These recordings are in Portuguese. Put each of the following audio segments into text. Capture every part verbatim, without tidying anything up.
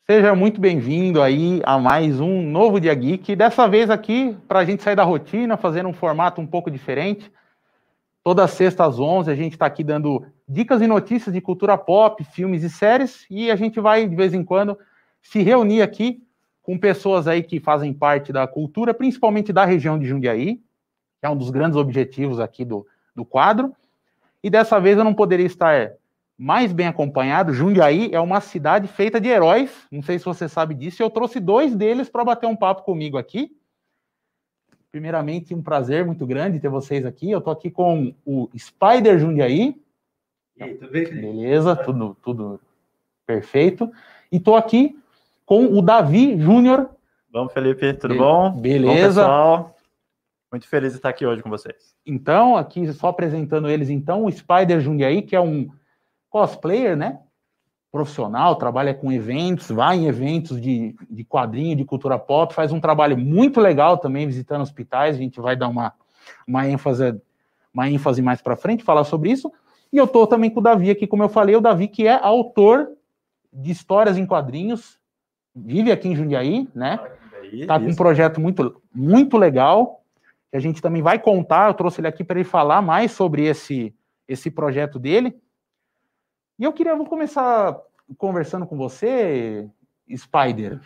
Seja muito bem-vindo aí a mais um novo Dia Geek. Dessa vez aqui, para a gente sair da rotina, fazendo um formato um pouco diferente. Toda sexta às onze, a gente está aqui dando dicas e notícias de cultura pop, filmes e séries, e a gente vai, de vez em quando, se reunir aqui com pessoas aí que fazem parte da cultura, principalmente da região de Jundiaí, que é um dos grandes objetivos aqui do, do quadro. E dessa vez eu não poderia estar mais bem acompanhado. Jundiaí é uma cidade feita de heróis, não sei se você sabe disso, e eu trouxe dois deles para bater um papo comigo aqui. Primeiramente, um prazer muito grande ter vocês aqui. Eu estou aqui com o Spider Jundiaí. E aí, tudo bem, Felipe? Beleza, tudo, tudo perfeito. E estou aqui com o Davi Júnior. Vamos, Felipe, tudo Be bom? Beleza. Bom, pessoal? Muito feliz de estar aqui hoje com vocês. Então, aqui só apresentando eles, então, o Spider Jundiaí, que é um cosplayer, né? Profissional, trabalha com eventos, vai em eventos de, de quadrinho, de cultura pop, faz um trabalho muito legal também visitando hospitais. A gente vai dar uma, uma ênfase, uma ênfase mais para frente, falar sobre isso. E eu estou também com o Davi aqui, como eu falei, o Davi que é autor de histórias em quadrinhos, vive aqui em Jundiaí, né? Está com um projeto muito, muito legal, que a gente também vai contar. Eu trouxe ele aqui para ele falar mais sobre esse, esse projeto dele. E eu queria, vou começar conversando com você, Spider.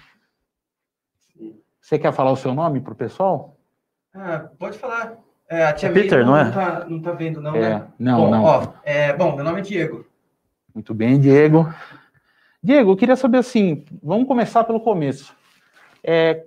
Você quer falar o seu nome para o pessoal? Ah, pode falar. É, a tia é Peter, não, não é? Não tá, não tá vendo, não, é, né? Não, bom, não. Ó, é, bom, meu nome é Diego. Muito bem, Diego. Diego, eu queria saber assim, vamos começar pelo começo. É,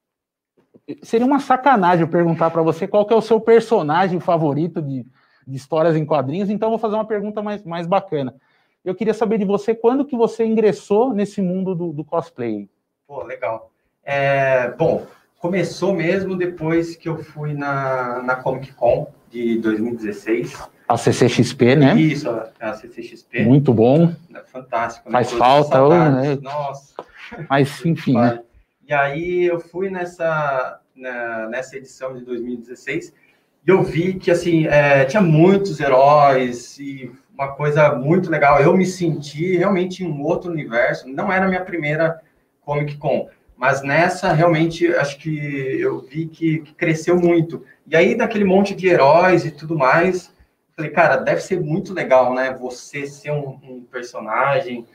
seria uma sacanagem eu perguntar para você qual que é o seu personagem favorito de, de histórias em quadrinhos, então eu vou fazer uma pergunta mais, mais bacana. Eu queria saber de você quando que você ingressou nesse mundo do, do cosplay. Pô, legal. É, bom, começou mesmo depois que eu fui na, na Comic Con de dois mil e dezesseis. A C C X P, né? Isso, a C C X P. Muito bom. É fantástico. Faz né? falta. Hoje, né? Nossa. Mas, enfim, né? E aí eu fui nessa, na, nessa edição de dois mil e dezesseis e eu vi que, assim, é, tinha muitos heróis e uma coisa muito legal. Eu me senti realmente em um outro universo. Não era a minha primeira Comic Con, mas nessa, realmente, acho que eu vi que, que cresceu muito. E aí, daquele monte de heróis e tudo mais, falei, cara, deve ser muito legal, né? Você ser um, um personagem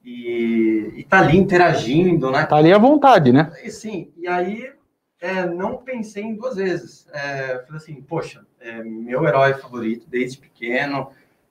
e, e tá ali interagindo, né? Tá ali à vontade, né? E, sim, e aí é, não pensei em duas vezes. É, falei assim, poxa, é meu herói favorito desde pequeno,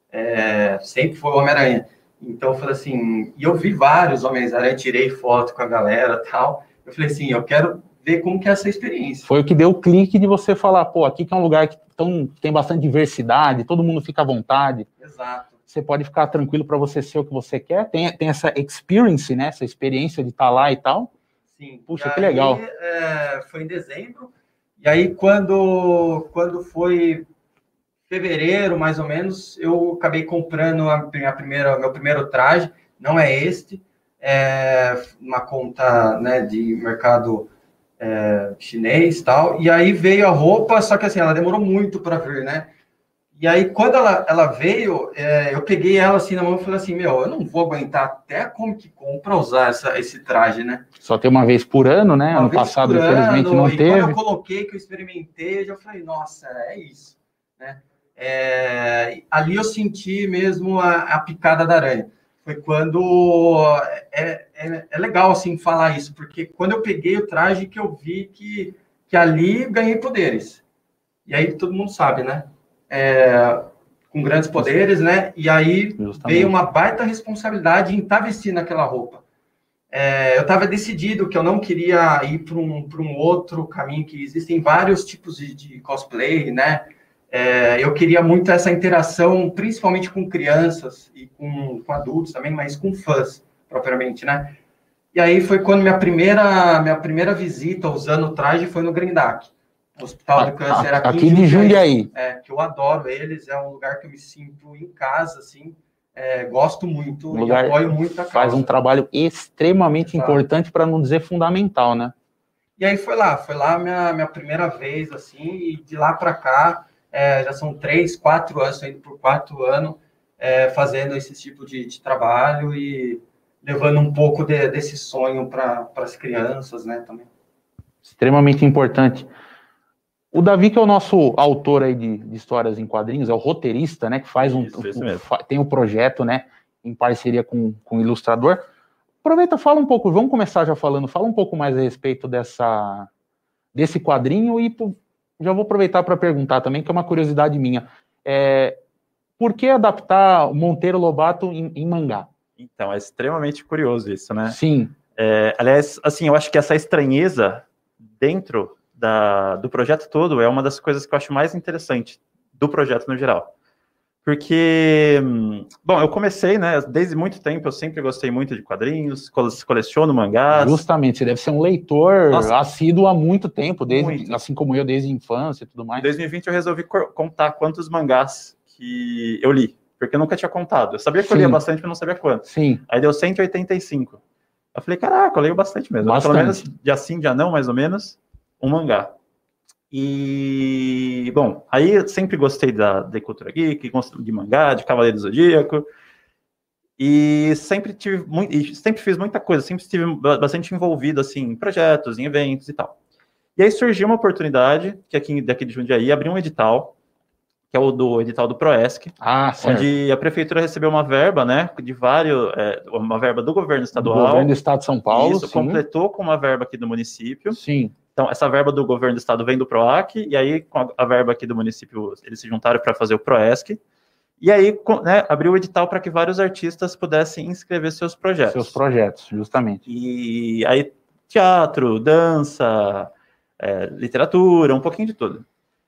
é, sempre foi o Homem-Aranha. Então, eu falei assim, e eu vi vários Homens-Aranha, tirei foto com a galera e tal. Eu falei assim, eu quero ver como que é essa experiência. Foi o que deu o clique de você falar, pô, aqui que é um lugar que tão, tem bastante diversidade, todo mundo fica à vontade. Exato. Você pode ficar tranquilo para você ser o que você quer. Tem, tem essa experience, né? Essa experiência de estar lá e tal. Sim. Puxa, aí, que legal. É, foi em dezembro. E aí, quando, quando foi fevereiro, mais ou menos, eu acabei comprando a minha primeira, meu primeiro traje. Não é este. É uma conta, né, de mercado é, chinês e tal. E aí veio a roupa, só que assim, ela demorou muito para vir, né? E aí, quando ela, ela veio, é, eu peguei ela assim na mão e falei assim, meu, eu não vou aguentar até a Comic Con para usar essa, esse traje, né? Só tem uma vez por ano, né? Uma ano passado, infelizmente, não e teve. Quando eu coloquei, que eu experimentei, eu já falei, nossa, é isso, né? É, ali eu senti mesmo a, a picada da aranha. Foi quando... É, é, é legal, assim, falar isso, porque quando eu peguei o traje que eu vi que, que ali ganhei poderes. E aí todo mundo sabe, né? É, com grandes poderes, né? E aí Justamente. veio uma baita responsabilidade em estar tá vestindo aquela roupa. É, eu estava decidido que eu não queria ir para um, para um outro caminho, que existem vários tipos de, de cosplay, né? É, eu queria muito essa interação, principalmente com crianças e com, com adultos também, mas com fãs, propriamente, né? E aí foi quando minha primeira, minha primeira visita usando o traje foi no Grindac. Hospital do Câncer aqui, aqui de Jundiaí. É, que eu adoro eles, é um lugar que eu me sinto em casa, assim, é, gosto muito um e apoio muito a causa. Faz um trabalho extremamente Exato. importante, para não dizer fundamental, né? E aí foi lá, foi lá minha, minha primeira vez, assim, e de lá para cá, é, já são três, quatro anos, tô indo por quatro anos, é, fazendo esse tipo de, de trabalho, e levando um pouco de, desse sonho para as crianças, né, também. Extremamente importante. O Davi, que é o nosso autor aí de, de histórias em quadrinhos, é o roteirista, né, que faz um, Isso, isso um mesmo. tem um projeto, né, em parceria com, com o ilustrador. Aproveita, fala um pouco, vamos começar já falando, fala um pouco mais a respeito dessa, desse quadrinho e pô, já vou aproveitar para perguntar também, que é uma curiosidade minha. É, por que adaptar o Monteiro Lobato em, em mangá? Então, é extremamente curioso isso, né? Sim. É, aliás, assim, eu acho que essa estranheza dentro da, do projeto todo é uma das coisas que eu acho mais interessante do projeto no geral. Porque, bom, eu comecei, né, desde muito tempo, eu sempre gostei muito de quadrinhos, coleciono mangás. Justamente, você deve ser um leitor Nossa, assíduo há muito tempo, desde, muito. assim como eu, desde a infância e tudo mais. Em dois mil e vinte eu resolvi contar quantos mangás que eu li, porque eu nunca tinha contado. Eu sabia que Sim. eu lia bastante, mas não sabia quantos. Sim. Aí deu cento e oitenta e cinco. Eu falei, caraca, eu leio bastante mesmo. Bastante. Pelo menos, dia sim, dia não, mais ou menos, um mangá. E, bom, aí eu sempre gostei da, da cultura geek, de mangá, de Cavaleiro do Zodíaco, e sempre tive muito, e sempre fiz muita coisa, sempre estive bastante envolvido, assim, em projetos, em eventos e tal. E aí surgiu uma oportunidade, que aqui, daqui de Jundiaí, abriu um edital, que é o do edital do Proesc, ah, onde a prefeitura recebeu uma verba, né, de vários, é, uma verba do governo estadual. Do governo do estado de São Paulo, e isso sim. completou com uma verba aqui do município. Sim. Então, essa verba do governo do estado vem do PROAC, e aí, com a, a verba aqui do município, eles se juntaram para fazer o Proesc, e aí, né, abriu o edital para que vários artistas pudessem inscrever seus projetos. Seus projetos, justamente. E aí, teatro, dança, é, literatura, um pouquinho de tudo.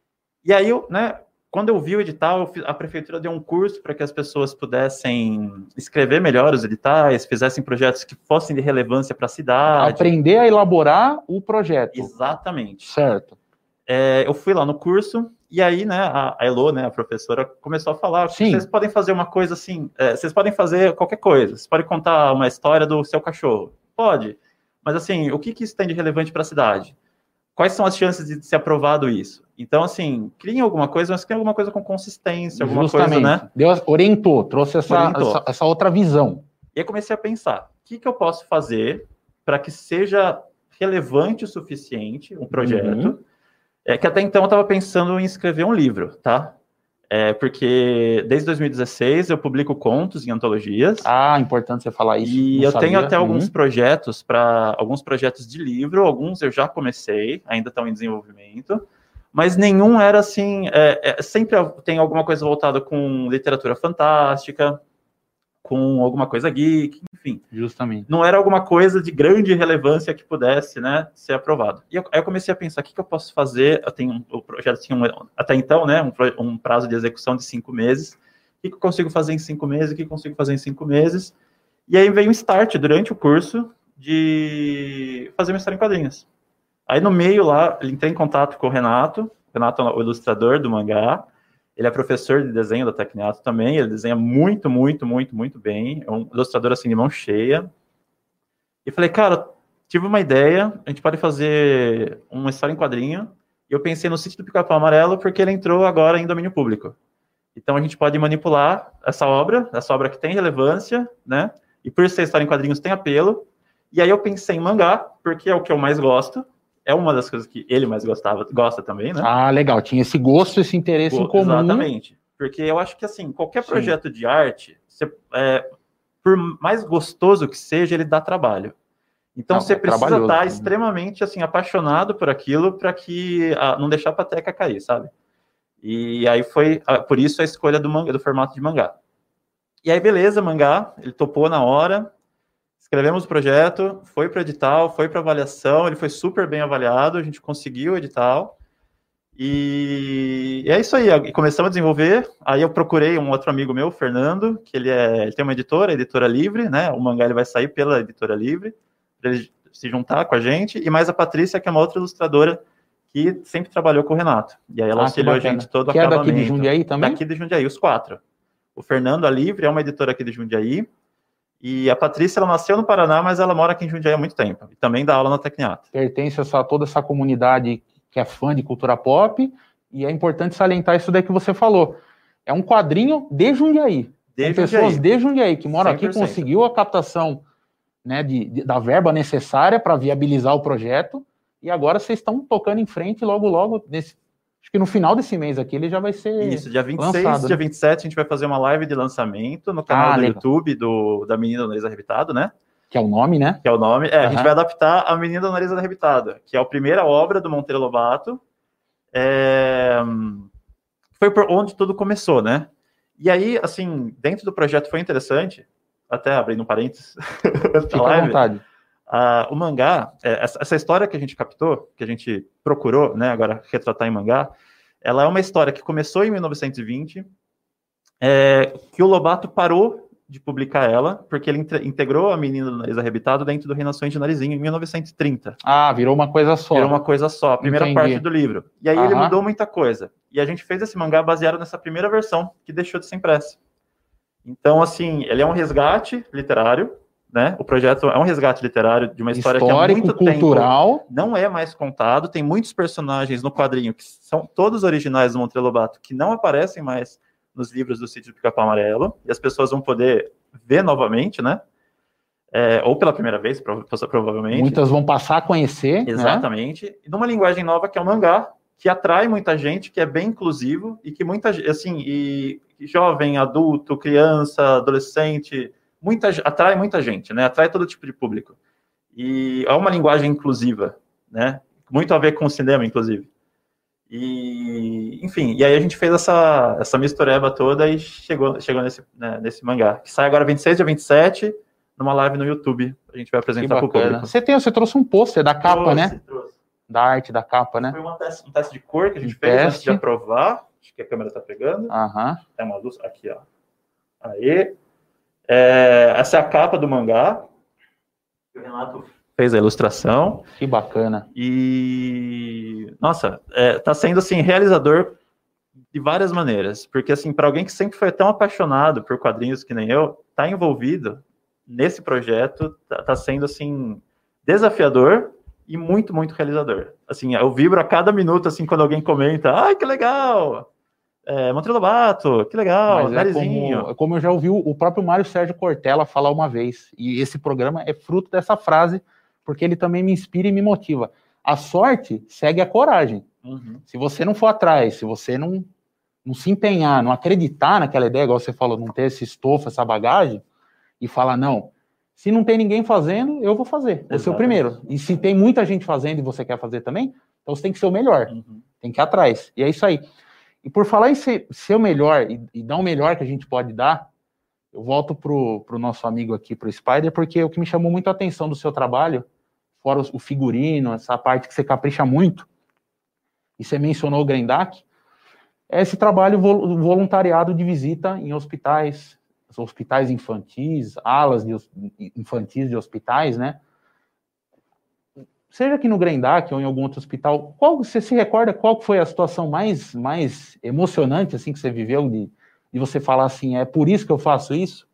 E aí, eu, né, quando eu vi o edital, a prefeitura deu um curso para que as pessoas pudessem escrever melhor os editais, fizessem projetos que fossem de relevância para a cidade. Aprender a elaborar o projeto. Exatamente. Certo. É, eu fui lá no curso, e aí, né, a, a Elo, né, a professora, começou a falar, Sim. Vocês podem fazer uma coisa assim, é, vocês podem fazer qualquer coisa, vocês podem contar uma história do seu cachorro. Pode. Mas, assim, o que, que isso tem de relevante para a cidade? Quais são as chances de ser aprovado isso? Então, assim, criem alguma coisa, mas criem alguma coisa com consistência, alguma Justamente. coisa, né? Deus orientou, trouxe essa, Orientou. essa, essa outra visão. E aí comecei a pensar, o que, que eu posso fazer para que seja relevante o suficiente um projeto, Uhum. é, que até então eu estava pensando em escrever um livro, tá? É, porque desde dois mil e dezesseis eu publico contos em antologias. Ah, importante você falar isso. E Não eu sabia. tenho até uhum. alguns projetos para alguns projetos de livro, alguns eu já comecei, ainda estão em desenvolvimento, mas nenhum era assim. É, é, sempre tem alguma coisa voltada com literatura fantástica, com alguma coisa geek, enfim. Justamente. Não era alguma coisa de grande relevância que pudesse, né, ser aprovado. E eu, aí eu comecei a pensar, o que, que eu posso fazer? Eu tenho, o projeto tinha, um, até então, né, um, um prazo de execução de cinco meses. O que, que eu consigo fazer em cinco meses? O que eu consigo fazer em cinco meses? E aí veio um start, durante o curso, de fazer uma história em quadrinhos. Aí no meio lá, ele entrei em contato com o Renato, o Renato é o ilustrador do mangá. Ele é professor de desenho da Tecniato também, ele desenha muito, muito, muito, muito bem, é um ilustrador assim de mão cheia. E falei, cara, tive uma ideia, a gente pode fazer uma história em quadrinho, e eu pensei no Sítio do Pica-Pau Amarelo porque ele entrou agora em domínio público. Então a gente pode manipular essa obra, essa obra que tem relevância, né, e por ser história em quadrinhos tem apelo, e aí eu pensei em mangá, porque é o que eu mais gosto, é uma das coisas que ele mais gostava, gosta também, né? Ah, legal. Tinha esse gosto, esse interesse em comum. Exatamente. Porque eu acho que, assim, qualquer Sim. projeto de arte, você, é, por mais gostoso que seja, ele dá trabalho. Então, não, você é precisa estar né? extremamente, assim, apaixonado por aquilo para que a, não deixar a pateca cair, sabe? E aí foi, a, por isso, a escolha do, manga, do formato de mangá. E aí, beleza, mangá, ele topou na hora. Escrevemos o projeto, foi para o edital, foi para avaliação, ele foi super bem avaliado, a gente conseguiu o edital, e, e é isso aí, e começamos a desenvolver. Aí eu procurei um outro amigo meu, Fernando, que ele, é, ele tem uma editora, a Editora Livre, né, o mangá ele vai sair pela Editora Livre, para ele se juntar com a gente, e mais a Patrícia, que é uma outra ilustradora, que sempre trabalhou com o Renato, e aí ela ah, auxiliou a gente todo o que acabamento. É daqui de Jundiaí também? Daqui de Jundiaí, os quatro. O Fernando, a Livre, é uma editora aqui de Jundiaí, e a Patrícia, ela nasceu no Paraná, mas ela mora aqui em Jundiaí há muito tempo. E também dá aula na Tecniato. Pertence a toda essa comunidade que é fã de cultura pop. E é importante salientar isso daí que você falou. É um quadrinho de Jundiaí. De Com Jundiaí. pessoas de Jundiaí, que moram cem por cento. aqui, conseguiu a captação né, de, de, da verba necessária para viabilizar o projeto, e agora vocês estão tocando em frente, logo, logo, nesse, acho que no final desse mês aqui ele já vai ser Isso, dia vinte e seis, lançado, dia né? vinte e sete, a gente vai fazer uma live de lançamento no canal Ah, do legal. YouTube do, da Menina do Nariz Arrebitado, né? Que é o nome, né? Que é o nome. É, Uhum. A gente vai adaptar a Menina do Nariz Arrebitado, que é a primeira obra do Monteiro Lobato. É... Foi por onde tudo começou, né? E aí, assim, dentro do projeto foi interessante, até abrindo um parênteses, Fica à vontade. Uh, o mangá, essa, essa história que a gente captou, que a gente procurou, né, agora retratar em mangá, ela é uma história que começou em mil novecentos e vinte, é, que o Lobato parou de publicar ela, porque ele integrou a Menina do Nariz Arrebitado dentro do Reinações de Narizinho em mil novecentos e trinta. Ah, virou uma coisa só. Virou uma coisa só, a primeira Entendi. parte do livro. E aí Aham. ele mudou muita coisa. E a gente fez esse mangá baseado nessa primeira versão, que deixou de ser impressa. Então, assim, ele é um resgate literário, né? O projeto é um resgate literário de uma história Histórico, que há muito cultural. tempo não é mais contado. Tem muitos personagens no quadrinho que são todos originais do Monteiro Lobato, que não aparecem mais nos livros do Sítio do Pica-Pau Amarelo, e as pessoas vão poder ver novamente, né? É, ou pela primeira vez, provavelmente. Muitas vão passar a conhecer. Exatamente. Né? E numa linguagem nova que é o mangá, que atrai muita gente, que é bem inclusivo, e que muita assim, e jovem, adulto, criança, adolescente, muita, atrai muita gente, né? Atrai todo tipo de público. E é uma linguagem inclusiva, né? Muito a ver com o cinema, inclusive. E, enfim, e aí a gente fez essa, essa mistureba toda e chegou, chegou nesse, né, nesse mangá, que sai agora vinte e seis, dia vinte e sete, numa live no YouTube. A gente vai apresentar para o público. Você, tem, você trouxe um pôster da capa, trouxe, né? Trouxe. Da arte da capa, né? Foi uma teste, um teste de cor que a gente um fez teste. antes de aprovar. Acho que a câmera tá pegando. Aham. Tem uma luz aqui, ó. Aí. É, essa é a capa do mangá. O Renato fez a ilustração. Que bacana. E, nossa, é, tá sendo, assim, realizador de várias maneiras. Porque, assim, para alguém que sempre foi tão apaixonado por quadrinhos que nem eu, tá envolvido nesse projeto, tá, tá sendo, assim, desafiador e muito, muito realizador. Assim, eu vibro a cada minuto, assim, quando alguém comenta, ai, que legal! É, Monteiro Lobato, que legal, Mas é narizinho. como, como eu já ouvi o próprio Mário Sérgio Cortella falar uma vez, e esse programa é fruto dessa frase, porque ele também me inspira e me motiva. A sorte segue a coragem. Uhum. Se você não for atrás, se você não, não se empenhar, não acreditar naquela ideia, igual você falou, não ter esse estofo, essa bagagem, e falar, não, se não tem ninguém fazendo, eu vou fazer, vou ser o primeiro. E se tem muita gente fazendo e você quer fazer também, então você tem que ser o melhor, uhum. tem que ir atrás. E é isso aí. E por falar em ser, ser o melhor e, e dar o melhor que a gente pode dar, eu volto pro, pro nosso amigo aqui, pro Spider, porque o que me chamou muito a atenção do seu trabalho, fora o, o figurino, essa parte que você capricha muito, e você mencionou o Grendac, é esse trabalho vol, voluntariado de visita em hospitais, hospitais infantis, alas de, infantis de hospitais, né? Seja aqui no Grendac ou em algum outro hospital, qual, você se recorda qual foi a situação mais, mais emocionante assim, que você viveu de, de você falar assim, é por isso que eu faço isso?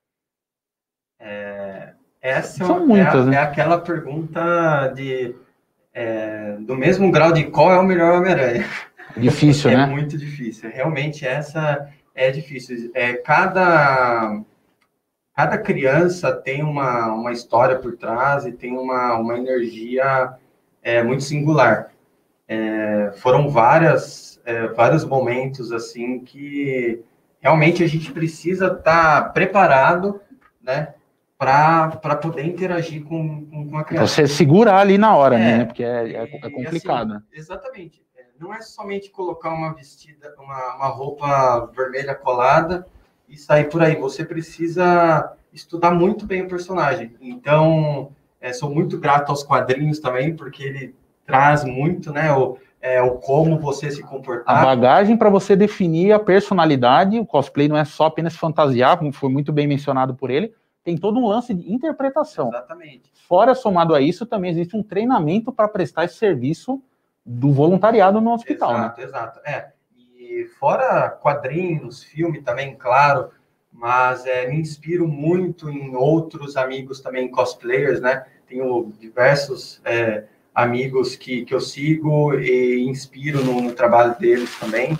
É, essa São é, muitas, é, né? é aquela pergunta de, é, do mesmo grau de qual é o melhor Homem-Aranha. Difícil, é né? É muito difícil. Realmente essa é difícil. É, cada... Cada criança tem uma, uma história por trás e tem uma, uma energia é, muito singular. É, foram várias, é, vários momentos assim que realmente a gente precisa estar preparado, né, para poder interagir com, com, com a criança. Você segurar ali na hora, é, né? Porque é, é, é complicado. Assim, exatamente. Não é somente colocar uma vestida, uma, uma roupa vermelha colada e sair por aí. Você precisa estudar muito bem o personagem. Então, é, sou muito grato aos quadrinhos também, porque ele traz muito, né, o, é, o como você se comportar. A bagagem para você definir a personalidade, o cosplay não é só apenas fantasiar, como foi muito bem mencionado por ele, tem todo um lance de interpretação. Exatamente. Fora, somado a isso, também existe um treinamento para prestar esse serviço do voluntariado no hospital. Exato, né? exato. É. E fora quadrinhos, filme também, claro, mas é, me inspiro muito em outros amigos também cosplayers, né? Tenho diversos é, amigos que, que eu sigo e inspiro no, no trabalho deles também.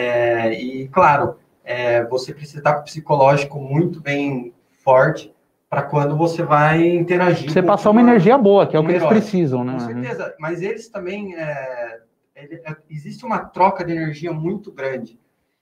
É, e, claro, é, você precisa estar com o psicológico muito bem forte para quando você vai interagir. Você passar uma, uma energia boa, que é o que eles herói. precisam, né? Com certeza, mas eles também, é, ele, é, existe uma troca de energia muito grande.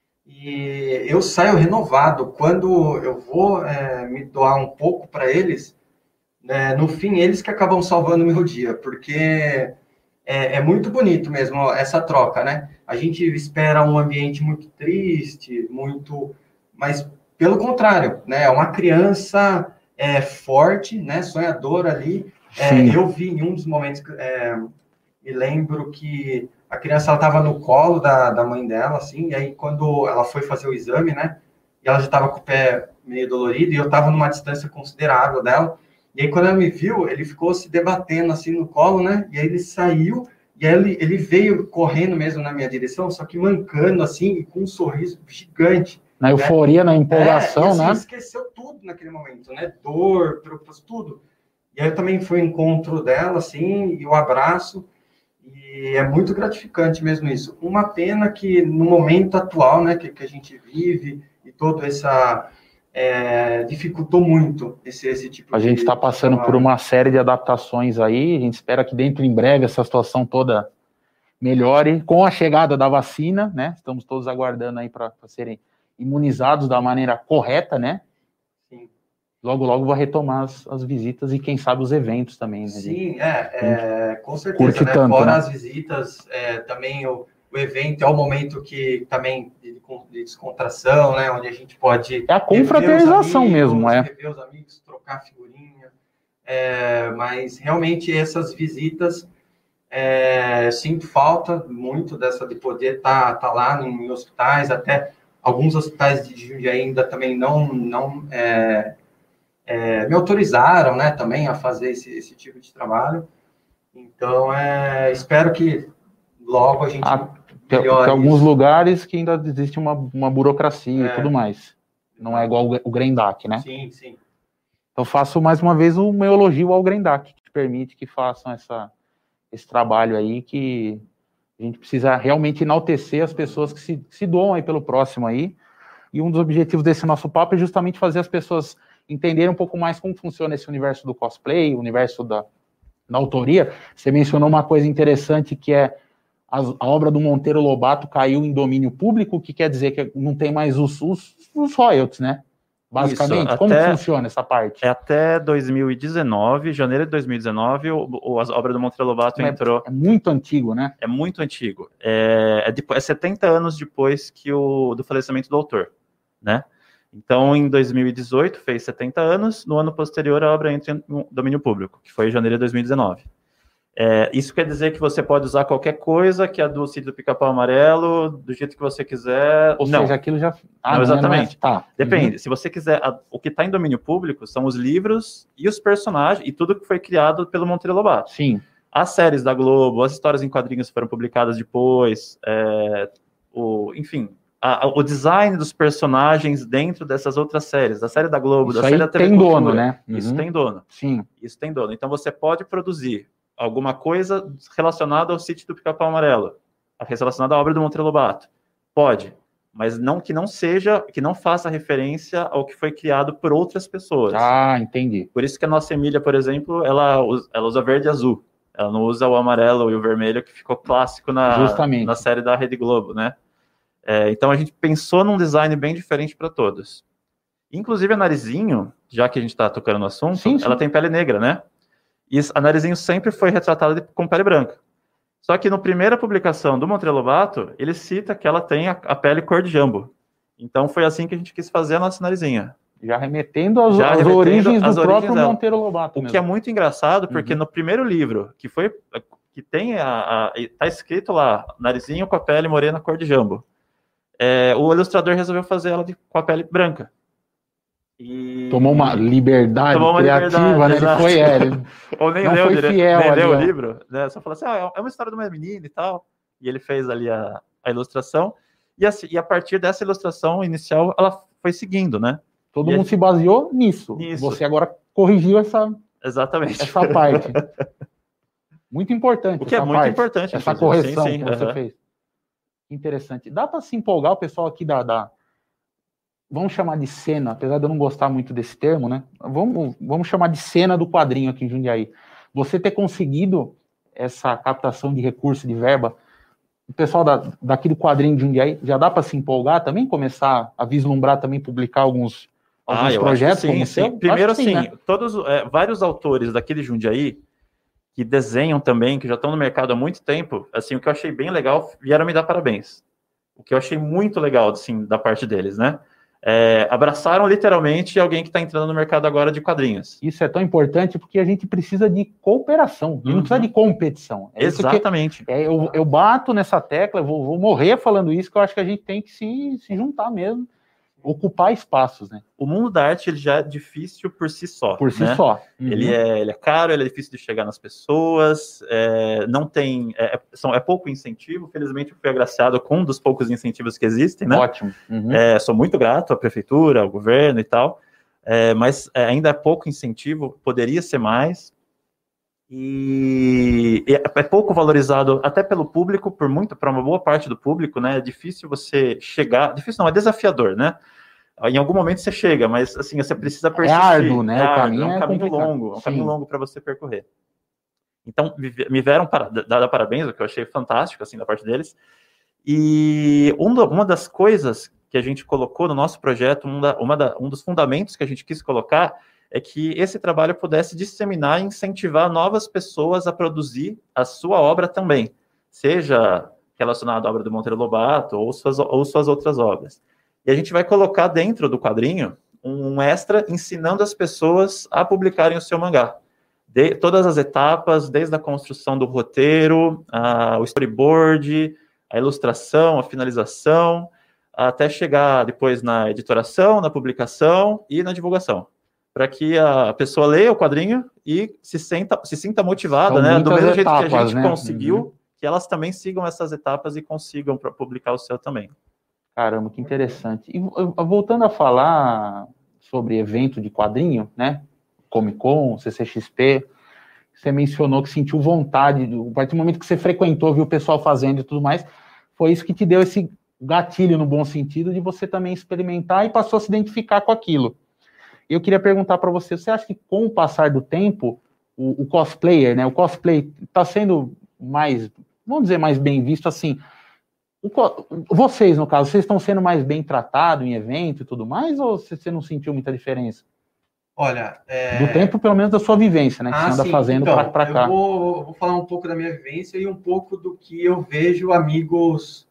E eu saio renovado. Quando eu vou é, me doar um pouco para eles, é, no fim, eles que acabam salvando o meu dia, porque é, é muito bonito mesmo essa troca, né? A gente espera um ambiente muito triste, muito... Mas, pelo contrário, né? Uma criança... É, forte, né, sonhadora ali. É, eu vi em um dos momentos, é, me lembro que a criança estava no colo da, da mãe dela, assim, e aí quando ela foi fazer o exame, né, e ela já estava com o pé meio dolorido, e eu estava numa distância considerável dela, e aí quando ela me viu, ele ficou se debatendo, assim, no colo, né, e aí ele saiu, e aí ele, ele veio correndo mesmo na minha direção, só que mancando, assim, e com um sorriso gigante. Na euforia, né? Na empolgação, é, e, assim, né? Esqueceu tudo naquele momento, né? Dor, preocupação, tudo. E aí também foi o encontro dela, assim, e o abraço. E é muito gratificante mesmo isso. Uma pena que no momento atual, né, que, que a gente vive, e todo essa... É, dificultou muito esse, esse tipo a de... A gente está passando por uma série de adaptações aí, a gente espera que dentro em breve essa situação toda melhore, com a chegada da vacina, né? Estamos todos aguardando aí para serem imunizados da maneira correta, né? Sim. Logo, logo vai retomar as, as visitas e, quem sabe, os eventos também. Né? Sim, é, é com certeza, né? Tanto, Fora né? as visitas, é, também o, o evento é o momento que também de, de descontração, né? Onde a gente pode... É a confraternização amigos, mesmo, é. Rever os amigos, trocar figurinha. É, mas, realmente, essas visitas, é, sinto falta muito dessa, de poder estar tá, tá lá em, em hospitais, até... Alguns hospitais de Jundiaí ainda também não, não é, é, me autorizaram, né, também a fazer esse, esse tipo de trabalho. Então, é, espero que logo a gente ah, melhore tem alguns isso. lugares que ainda existe uma, uma burocracia é, e tudo mais. Não é igual o Grendac, né? Sim, sim. Então, faço mais uma vez o meu elogio ao Grendac, que permite que façam essa, esse trabalho aí, que... A gente precisa realmente enaltecer as pessoas que se, que se doam aí pelo próximo aí. E um dos objetivos desse nosso papo é justamente fazer as pessoas entenderem um pouco mais como funciona esse universo do cosplay, o universo da, da autoria. Você mencionou uma coisa interessante, que é a, a obra do Monteiro Lobato caiu em domínio público, o que quer dizer que não tem mais os, os, os royalties, né? Basicamente, Isso, como até, funciona essa parte? É até dois mil e dezenove, janeiro de dois mil e dezenove, o, o, a obra do Monteiro Lobato entrou... É muito antigo, né? É muito antigo. É, é, depois, é setenta anos depois que o, do falecimento do autor, né? Então, em dois mil e dezoito, fez setenta anos, no ano posterior a obra entra em domínio público, que foi em janeiro de dois mil e dezenove. É, isso quer dizer que você pode usar qualquer coisa que é do Sítio do Pica-Pau Amarelo, do jeito que você quiser. Ou não. seja, aquilo já... Ah, não, exatamente. Não é... tá. Depende. Uhum. Se você quiser... A, o que está em domínio público são os livros e os personagens, e tudo que foi criado pelo Monteiro Lobato. Sim. As séries da Globo, as histórias em quadrinhos foram publicadas depois, é, o, enfim... A, a, o design dos personagens dentro dessas outras séries, da série da Globo, isso da série da T V tem Cultura, dono, né? Uhum. Isso tem dono. Sim. Isso tem dono. Então você pode produzir alguma coisa relacionada ao Sítio do Pica-Pau Amarelo, relacionada à obra do Monteiro Lobato. Pode, mas não que não seja, que não faça referência ao que foi criado por outras pessoas. Ah, entendi. Por isso que a nossa Emília, por exemplo, ela usa, ela usa verde e azul. Ela não usa o amarelo e o vermelho, que ficou clássico na, Justamente. na série da Rede Globo, né? É, então a gente pensou num design bem diferente para todos. Inclusive a Narizinho, já que a gente está tocando no assunto, sim, sim. ela tem pele negra, né? E a Narizinho sempre foi retratada de, com pele branca. Só que na primeira publicação do Monteiro Lobato, ele cita que ela tem a, a pele cor de jambo. Então foi assim que a gente quis fazer a nossa Narizinha. Já remetendo às, Já às remetendo origens do as próprio origens dela. Monteiro Lobato. O mesmo. que é muito engraçado, porque uhum. no primeiro livro, que foi que tem a, a tá escrito lá, Narizinho com a pele morena cor de jambo. É, o ilustrador resolveu fazer ela de, com a pele branca. E... Tomou uma liberdade Tomou uma criativa, liberdade, né? Ele foi, é, ele Ou nem não leu, foi dire... fiel nem ali, leu o ó. livro, né? Só falou assim, ah, é uma história de uma menina e tal. E ele fez ali a, a ilustração. E, assim, e a partir dessa ilustração inicial, ela foi seguindo, né? Todo e mundo a... se baseou nisso. nisso. Você agora corrigiu essa, Exatamente. essa parte. Muito importante. O que é muito parte, importante. Essa correção sim, sim, que você uh-huh. fez. Interessante. Dá para se empolgar o pessoal aqui da, da, vamos chamar de cena, apesar de eu não gostar muito desse termo, né? Vamos, vamos chamar de cena do quadrinho aqui em Jundiaí. Você ter conseguido essa captação de recurso, de verba, o pessoal da, daqui do quadrinho de Jundiaí, já dá para se empolgar também, começar a vislumbrar também, publicar alguns, alguns ah, projetos? Sim, como sim. Seu? Primeiro, sim, assim, né? todos, é, vários autores daqui de Jundiaí, que desenham também, que já estão no mercado há muito tempo, assim, o que eu achei bem legal, vieram me dar parabéns. O que eu achei muito legal, assim, da parte deles, né? É, abraçaram literalmente alguém que está entrando no mercado agora de quadrinhos. Isso é tão importante porque a gente precisa de cooperação, e não precisa de competição. É Exatamente. Que, é, eu, eu bato nessa tecla, eu vou, vou morrer falando isso, que eu acho que a gente tem que se, se juntar mesmo, ocupar espaços, né? O mundo da arte ele já é difícil por si só. Por si né? só. Uhum. Ele, é, ele é caro, ele é difícil de chegar nas pessoas, é, não tem. É, são, é pouco incentivo. Felizmente, eu fui agraciado com um dos poucos incentivos que existem, né? Ótimo. Uhum. É, sou muito grato à prefeitura, ao governo e tal, é, mas é, ainda é pouco incentivo, poderia ser mais. E, e é pouco valorizado até pelo público, por muito, para uma boa parte do público, né? É difícil você chegar, difícil não, é desafiador, né? Em algum momento você chega, mas assim, você precisa persistir. É árduo, né? É, o caminho é um é caminho complicado. longo, é um Sim. caminho longo para você percorrer. Então, me vieram para dar parabéns, o que eu achei fantástico, assim, da parte deles. E uma das coisas que a gente colocou no nosso projeto, um, da, uma da, um dos fundamentos que a gente quis colocar, é que esse trabalho pudesse disseminar e incentivar novas pessoas a produzir a sua obra também, seja relacionada à obra do Monteiro Lobato ou suas, ou suas outras obras. E a gente vai colocar dentro do quadrinho um extra ensinando as pessoas a publicarem o seu mangá. De, todas as etapas, desde a construção do roteiro, a, o storyboard, a ilustração, a finalização, até chegar depois na editoração, na publicação e na divulgação. Para que a pessoa leia o quadrinho e se, senta, se sinta motivada, São né? Do mesmo jeito etapas, que a gente né? conseguiu, Uhum. que elas também sigam essas etapas e consigam para publicar o seu também. Caramba, que interessante. E voltando a falar sobre evento de quadrinho, né? Comic Con, C C X P, você mencionou que sentiu vontade, a partir do momento que você frequentou, viu o pessoal fazendo e tudo mais, foi isso que te deu esse gatilho, no bom sentido, de você também experimentar e passou a se identificar com aquilo. Eu queria perguntar para você, você acha que com o passar do tempo, o, o cosplayer, né? O cosplay está sendo mais, vamos dizer, mais bem visto, assim, o, vocês, no caso, vocês estão sendo mais bem tratados em evento e tudo mais, ou você não sentiu muita diferença? Olha, é... do tempo, pelo menos, da sua vivência, né? Que ah, você anda sim. fazendo então, para cá. Eu vou, vou falar um pouco da minha vivência e um pouco do que eu vejo amigos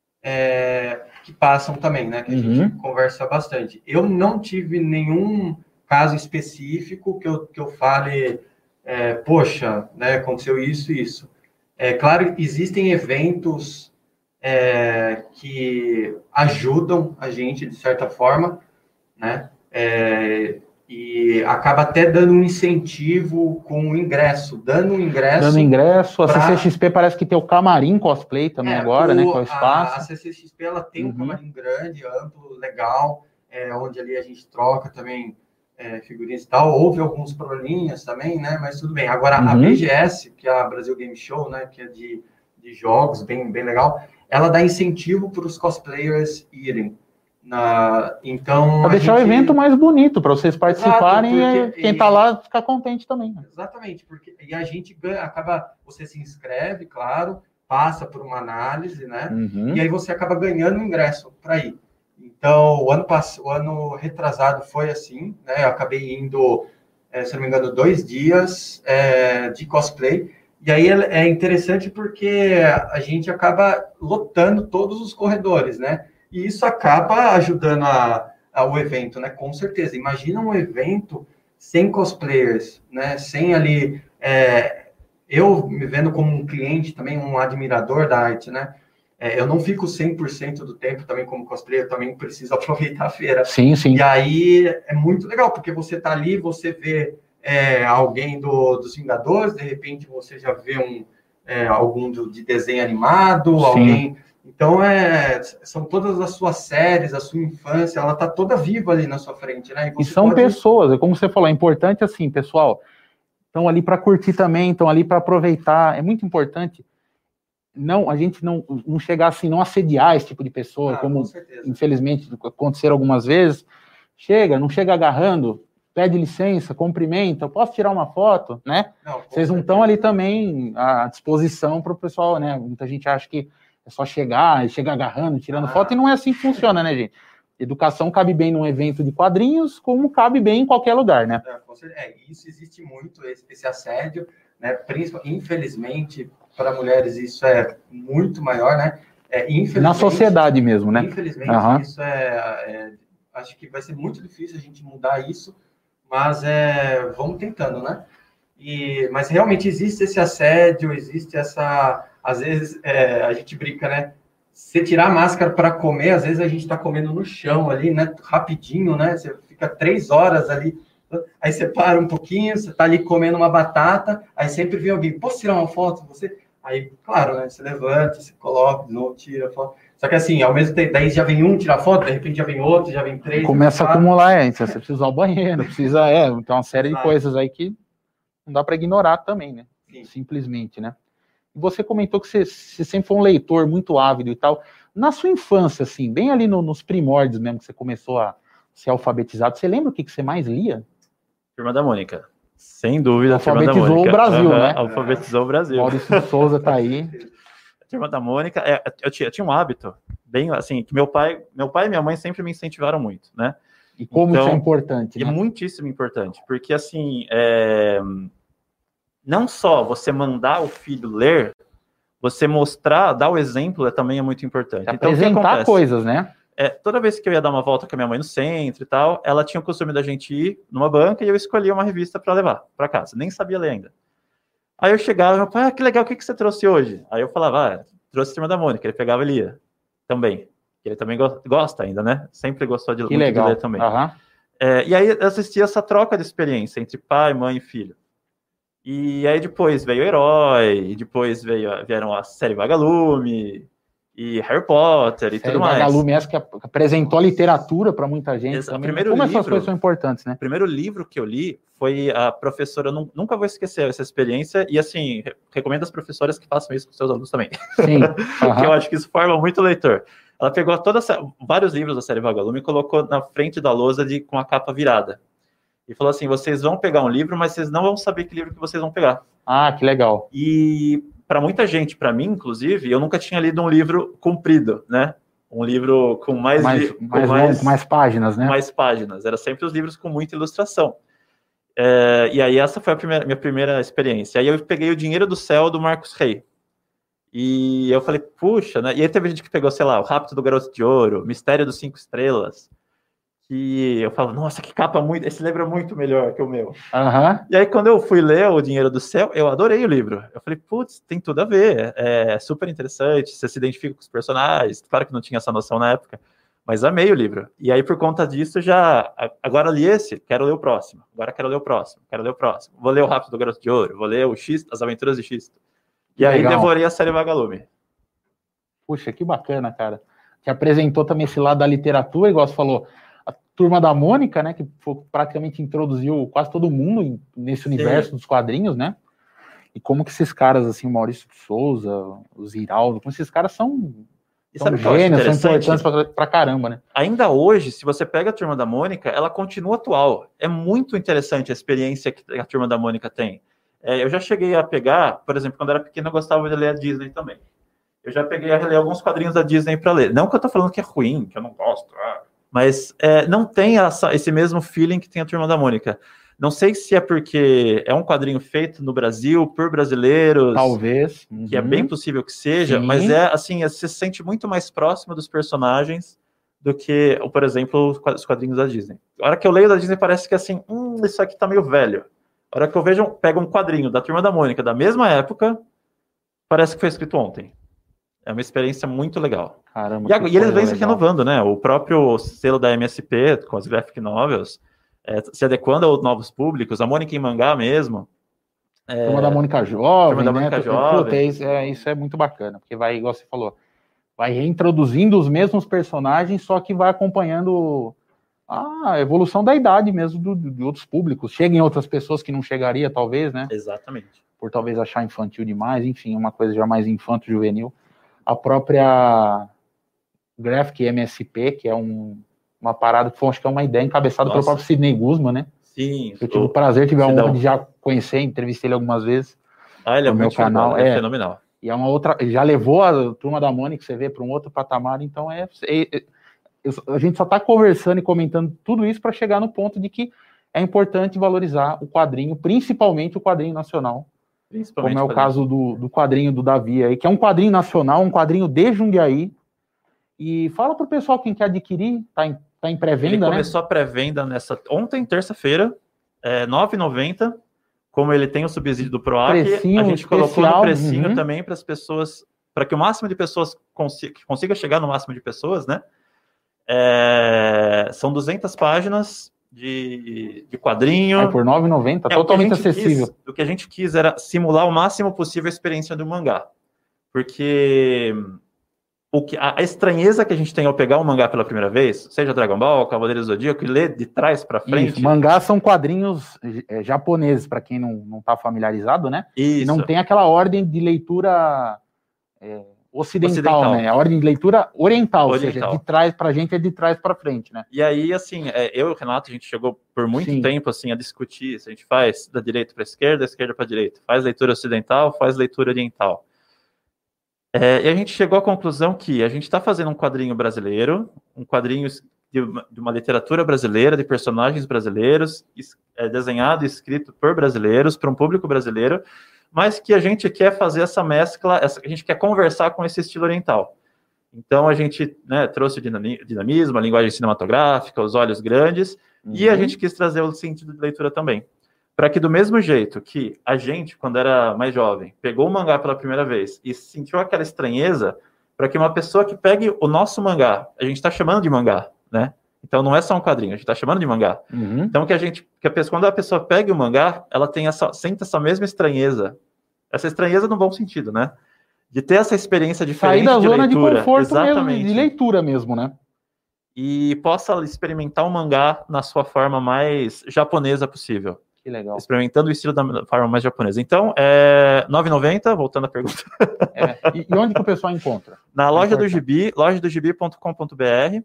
é, que passam também, né? Que a uhum. gente conversa bastante. Eu não tive nenhum caso específico que eu, que eu fale, é, poxa, né? Aconteceu isso e isso. É claro, existem eventos é, que ajudam a gente, de certa forma, né? É, e acaba até dando um incentivo com o ingresso, dando um ingresso... Dando ingresso, a pra... C C X P parece que tem o camarim cosplay também é, agora, o, né, com o espaço. A, a C C X P, ela tem uhum. um camarim grande, amplo, legal, é, onde ali a gente troca também é, figurinhas e tal. Houve alguns probleminhas também, né, mas tudo bem. Agora, uhum. a B G S, que é a Brasil Game Show, né, que é de, de jogos, bem, bem legal, ela dá incentivo para os cosplayers irem. Na, então para deixar gente... o evento mais bonito, para vocês participarem. Exato, porque, e quem está lá ficar contente também. Exatamente, porque e a gente ganha, acaba, você se inscreve, claro, passa por uma análise, né? Uhum. E aí você acaba ganhando o ingresso para ir. Então, o ano passado, o ano retrasado foi assim, né? Eu acabei indo, é, se não me engano, dois dias é, de cosplay. E aí é interessante porque a gente acaba lotando todos os corredores, né? E isso acaba ajudando a, a, o evento, né? Com certeza. Imagina um evento sem cosplayers, né? Sem ali... É, eu me vendo como um cliente também, um admirador da arte, né? É, eu não fico cem por cento do tempo também como cosplayer, eu também preciso aproveitar a feira. Sim, sim. E aí é muito legal, porque você tá ali, você vê é, alguém do, dos Vingadores, de repente você já vê um, é, algum do, de desenho animado, sim. alguém... Então, é, são todas as suas séries, a sua infância, ela está toda viva ali na sua frente, né? E, e são pode... pessoas, como você falou, é importante assim, pessoal, estão ali para curtir também, estão ali para aproveitar, é muito importante. não, a gente não, não chegar assim, não assediar esse tipo de pessoa, Ah, como com infelizmente aconteceram algumas vezes. Chega, não chega agarrando, pede licença, cumprimenta, posso tirar uma foto, né? Não, Vocês não estão ali também à disposição para o pessoal, né? Muita gente acha que é só chegar, e chegar agarrando, tirando ah. foto, e não é assim que funciona, né, gente? Educação cabe bem num evento de quadrinhos, como cabe bem em qualquer lugar, né? É, é, isso existe muito, esse, esse assédio, né? Principalmente, infelizmente, para mulheres isso é muito maior, né? É, na sociedade mesmo, né? Infelizmente, uhum. isso é, é... Acho que vai ser muito difícil a gente mudar isso, mas é, vamos tentando, né? E, mas realmente existe esse assédio, existe essa... Às vezes, é, a gente brinca, né? Se tirar a máscara para comer, às vezes a gente está comendo no chão ali, né? Rapidinho, né? Você fica três horas ali, aí você para um pouquinho, você está ali comendo uma batata, aí sempre vem alguém, posso tirar uma foto? Você... Aí, claro, né? Você levanta, você coloca, de novo, tira a foto. Só que assim, ao mesmo tempo, daí já vem um tirar foto, de repente já vem outro, já vem três. Começa a acumular, é, você precisa usar o banheiro, precisa, é, então uma série de coisas aí que não dá para ignorar também, né? Sim. Simplesmente, né? E você comentou que você, você sempre foi um leitor muito ávido e tal. Na sua infância, assim, bem ali no, nos primórdios mesmo, que você começou a ser alfabetizado, você lembra o que, que você mais lia? Turma da Mônica. Sem dúvida, alfabetizou Turma da Mônica. o Brasil, uhum, né? Alfabetizou o Brasil. Maurício de Souza tá aí. Turma da Mônica, é, eu, tinha, eu tinha um hábito, bem assim, que meu pai, meu pai e minha mãe sempre me incentivaram muito, né? E como então, isso é importante, né? É muitíssimo importante, porque assim, é, não só você mandar o filho ler, você mostrar, dar o exemplo é, também é muito importante. Então, então, apresentar o que acontece? coisas, né? É, toda vez que eu ia dar uma volta com a minha mãe no centro e tal, ela tinha o costume da gente ir numa banca e eu escolhia uma revista para levar para casa, nem sabia ler ainda. Aí eu chegava e meu pai, ah, que legal, o que, que você trouxe hoje? Aí eu falava, ah, trouxe Turma da Mônica, ele pegava e lia também. Ele também go gosta ainda, né? Sempre gostou de, muito de ler também. Uhum. É, e aí eu assistia essa troca de experiência entre pai, mãe e filho. E aí depois veio o Herói, e depois veio, vieram a série Vagalume, e Harry Potter e série tudo mais. Vagalume, essa que apresentou a literatura para muita gente. Esse, também. Primeiro Como livro, essas coisas são importantes, né? O primeiro livro que eu li foi a professora, eu nunca vou esquecer essa experiência, e assim, recomendo às professoras que façam isso com seus alunos também. Sim. Porque eu acho que isso forma muito o leitor. Ela pegou toda essa, vários livros da série Vagalume e colocou na frente da lousa de, com a capa virada. E falou assim, vocês vão pegar um livro, mas vocês não vão saber que livro que vocês vão pegar. Ah, que legal. E para muita gente, para mim, inclusive, eu nunca tinha lido um livro comprido, né? Um livro com mais... Mais, com mais, mais, longo, mais páginas, né? Mais páginas. Era sempre os livros com muita ilustração. É, e aí essa foi a primeira, minha primeira experiência. Aí eu peguei O Dinheiro do Céu, do Marcos Rey. E eu falei, puxa, né? E aí teve gente que pegou, sei lá, O Rapto do Garoto de Ouro, Mistério dos Cinco Estrelas. Que eu falo, nossa, que capa muito... Esse livro é muito melhor que o meu. Uhum. E aí, quando eu fui ler O Dinheiro do Céu, eu adorei o livro. Eu falei, putz, tem tudo a ver. É super interessante, você se identifica com os personagens. Claro que não tinha essa noção na época, mas amei o livro. E aí, por conta disso, já... Agora li esse, quero ler o próximo. Agora quero ler o próximo, quero ler o próximo. Vou ler O Rápido do Garoto de Ouro, vou ler o X, As Aventuras de Xisto. E aí, legal. Devorei a série Vagalume. Puxa, que bacana, cara. Que apresentou também esse lado da literatura, igual você falou... A Turma da Mônica, né, que foi, praticamente introduziu quase todo mundo nesse Sim. universo dos quadrinhos, né? E como que esses caras, assim, o Maurício de Souza, o Ziraldo, como esses caras são, são gênios, são importantes pra, pra caramba, né? Ainda hoje, se você pega a Turma da Mônica, ela continua atual. É muito interessante a experiência que a Turma da Mônica tem. É, eu já cheguei a pegar, por exemplo, quando eu era pequeno, eu gostava de ler a Disney também. Eu já peguei a ler alguns quadrinhos da Disney para ler. Não que eu tô falando que é ruim, que eu não gosto, ah, mas é, não tem essa, esse mesmo feeling que tem a Turma da Mônica. Não sei se é porque é um quadrinho feito no Brasil, por brasileiros. Talvez. Uhum. Que é bem possível que seja, sim. Mas é assim, você se sente muito mais próximo dos personagens do que, por exemplo, os quadrinhos da Disney. A hora que eu leio da Disney parece que assim, hum, isso aqui tá meio velho. A hora que eu vejo, pego um quadrinho da Turma da Mônica da mesma época, parece que foi escrito ontem. É uma experiência muito legal. Caramba, e, e eles vêm se renovando, né? O próprio selo da M S P, com as graphic novels, é, se adequando aos novos públicos, a Mônica em mangá mesmo. É, Turma da Mônica Jovem, Turma da né? Mônica Jovem. Puta, isso, é, isso é muito bacana, porque vai, igual você falou, vai reintroduzindo os mesmos personagens, só que vai acompanhando a evolução da idade mesmo do, de outros públicos. Chega em outras pessoas que não chegaria, talvez, né? Exatamente. por talvez achar infantil demais, enfim, uma coisa já mais infanto-juvenil. A própria Graphic M S P, que é um, uma parada que foi, acho que é uma ideia encabeçada Nossa. pelo próprio Sidney Guzman, né? Sim. Eu tive o prazer, tive a honra de já conhecer, entrevistei ele algumas vezes. Ah, ele é no muito meu canal. legal, ele é, é fenomenal. E é uma outra, já levou a Turma da Mônica, você vê, para um outro patamar, então é, é, é a gente só está conversando e comentando tudo isso para chegar no ponto de que é importante valorizar o quadrinho, principalmente o quadrinho nacional, como é o caso do, do quadrinho do Davi aí, que é um quadrinho nacional, um quadrinho de Jundiaí. E fala para o pessoal quem quer adquirir, tá em, tá em pré-venda, né? Ele começou a pré-venda nessa ontem, terça-feira, é, nove reais e noventa centavos. Como ele tem o subsídio do PROAC, precinho a gente especial, colocou no precinho uhum. também para as pessoas, para que o máximo de pessoas consiga, consiga chegar no máximo de pessoas, né? É, são duzentas páginas de, de quadrinho. É, por nove reais e noventa centavos, é, totalmente acessível. Quis, o que a gente quis era simular o máximo possível a experiência do mangá. Porque o que, a, a estranheza que a gente tem ao pegar um mangá pela primeira vez, seja Dragon Ball, Cavaleiro do Zodíaco, e ler de trás para frente... Isso, mangás são quadrinhos é, japoneses, para quem não está familiarizado, né? Isso. E não tem aquela ordem de leitura... É, Ocidental, Ocidental, né? A ordem de leitura oriental, oriental. ou seja, de trás pra gente é de trás para frente, né? E aí, assim, é, eu e o Renato, a gente chegou por muito Sim. tempo, assim, a discutir se a gente faz da direita para esquerda, da esquerda para direita, faz leitura ocidental, faz leitura oriental. É, e a gente chegou à conclusão que a gente está fazendo um quadrinho brasileiro, um quadrinho de uma, de uma literatura brasileira, de personagens brasileiros, é, desenhado e escrito por brasileiros, para um público brasileiro, mas que a gente quer fazer essa mescla, essa, a gente quer conversar com esse estilo oriental. Então, a gente né, trouxe o dinamismo, a linguagem cinematográfica, os olhos grandes, uhum. e a gente quis trazer o sentido de leitura também. Para que, do mesmo jeito que a gente, quando era mais jovem, pegou o mangá pela primeira vez e sentiu aquela estranheza, para que uma pessoa que pegue o nosso mangá, a gente está chamando de mangá, né? Então, não é só um quadrinho, a gente está chamando de mangá. Uhum. Então, que a gente, que a pessoa, quando a pessoa pega o mangá, ela tem essa, sente essa mesma estranheza. Essa estranheza no bom sentido, né? De ter essa experiência diferente de leitura. Sair da zona de conforto Exatamente. Mesmo, de leitura mesmo, né? E possa experimentar o mangá na sua forma mais japonesa possível. Que legal. Experimentando o estilo da forma mais japonesa. Então, é nove reais e noventa centavos, voltando à pergunta. É. E, e onde que o pessoal encontra? Na loja do Gibi, loja do gibi ponto com ponto b r.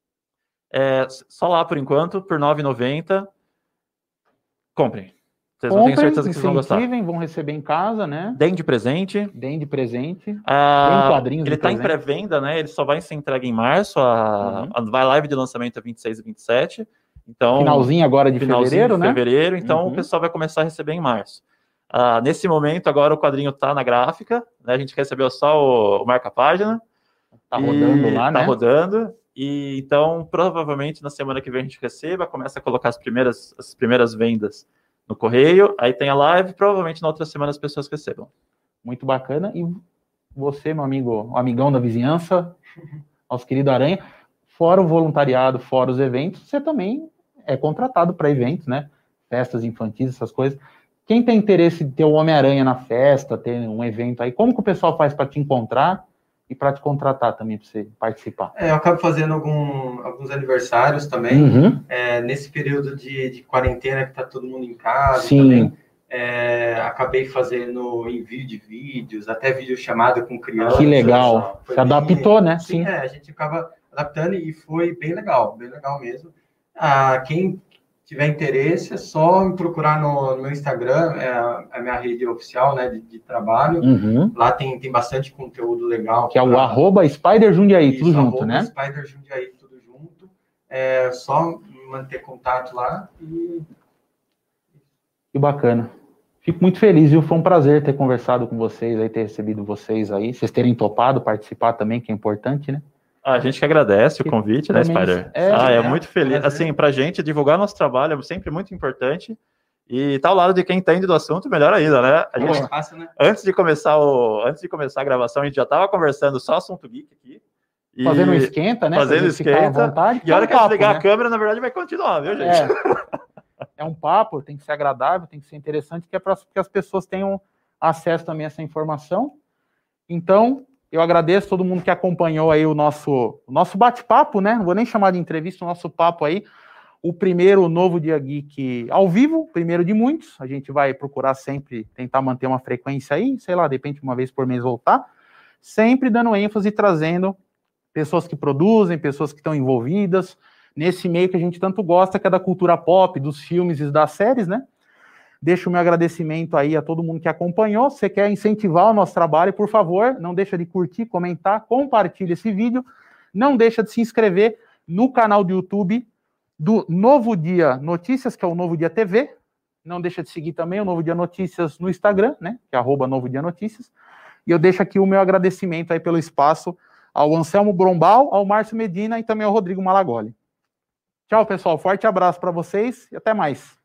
É, só lá por enquanto, por nove reais e noventa centavos. Comprem. Vocês não têm certeza que vocês vão gostar. Vão receber em casa, né? Deem de presente. Deem de presente. Ah, Tem quadrinhos ele está em pré-venda, né? Ele só vai ser entregue em março. A, uhum. a vai live de lançamento é vinte e seis e vinte e sete. Então, finalzinho agora de finalzinho fevereiro, de né? fevereiro, então uhum. o pessoal vai começar a receber em março. Ah, nesse momento, agora o quadrinho está na gráfica, né? A gente recebeu só o, o marca-página. Tá rodando lá, tá né? Tá rodando. E então, provavelmente, na semana que vem a gente receba, começa a colocar as primeiras, as primeiras vendas no correio, aí tem a live, provavelmente na outra semana as pessoas recebam. Muito bacana. E você, meu amigo, o amigão da vizinhança, nosso querido Aranha, fora o voluntariado, fora os eventos, você também é contratado para eventos, né? Festas infantis, essas coisas. Quem tem interesse de ter o Homem-Aranha na festa, ter um evento aí, como que o pessoal faz para te encontrar e para te contratar também, para você participar? É, eu acabo fazendo algum, alguns aniversários também, uhum. é, nesse período de, de quarentena que tá todo mundo em casa. Sim. Também, é, acabei fazendo envio de vídeos, até vídeo chamada com crianças. Que legal, se adaptou, né? Sim, é, a gente acaba adaptando e foi bem legal, bem legal mesmo. Ah, quem tiver interesse, é só me procurar no, no meu Instagram, é a, a minha rede oficial, né, de, de trabalho. Uhum. Lá tem, tem bastante conteúdo legal. Que é o pra... arroba Spider Jundiaí, Isso, tudo junto, né? Spider Jundiaí, tudo junto. É só manter contato lá e... Que bacana. Fico muito feliz, viu? Foi um prazer ter conversado com vocês aí, ter recebido vocês aí, vocês terem topado participar também, que é importante, né? A gente que agradece que o convite, né, Spider? É, ah, é, é muito feliz. É. Assim, pra gente, divulgar nosso trabalho é sempre muito importante. E tá ao lado de quem entende do assunto, melhor ainda, né? A gente, é fácil, né? Antes de começar o, antes de começar a gravação, a gente já tava conversando só assunto geek aqui. E fazendo um esquenta, né? Fazendo esquenta. Vontade, e a hora um que papo, desligar né? a câmera, na verdade, vai continuar, viu, gente? É. É um papo, tem que ser agradável, tem que ser interessante, que é para que as pessoas tenham acesso também a essa informação. Então, eu agradeço todo mundo que acompanhou aí o nosso, o nosso bate-papo, né? Não vou nem chamar de entrevista, o nosso papo aí. o primeiro Novo Dia Geek ao vivo, primeiro de muitos. A gente vai procurar sempre tentar manter uma frequência aí, sei lá, de repente uma vez por mês voltar, sempre dando ênfase e trazendo pessoas que produzem, pessoas que estão envolvidas nesse meio que a gente tanto gosta, que é da cultura pop, dos filmes e das séries, né? Deixo o meu agradecimento aí a todo mundo que acompanhou. Se você quer incentivar o nosso trabalho, por favor, não deixa de curtir, comentar, compartilha esse vídeo. Não deixa de se inscrever no canal do YouTube do Novo Dia Notícias, que é o Novo Dia T V. Não deixa de seguir também o Novo Dia Notícias no Instagram, né? Que é arroba Novo Dia Notícias. E eu deixo aqui o meu agradecimento aí pelo espaço ao Anselmo Brombal, ao Márcio Medina e também ao Rodrigo Malagoli. Tchau, pessoal. Forte abraço para vocês e até mais.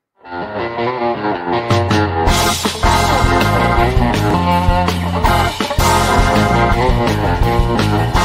Thank you.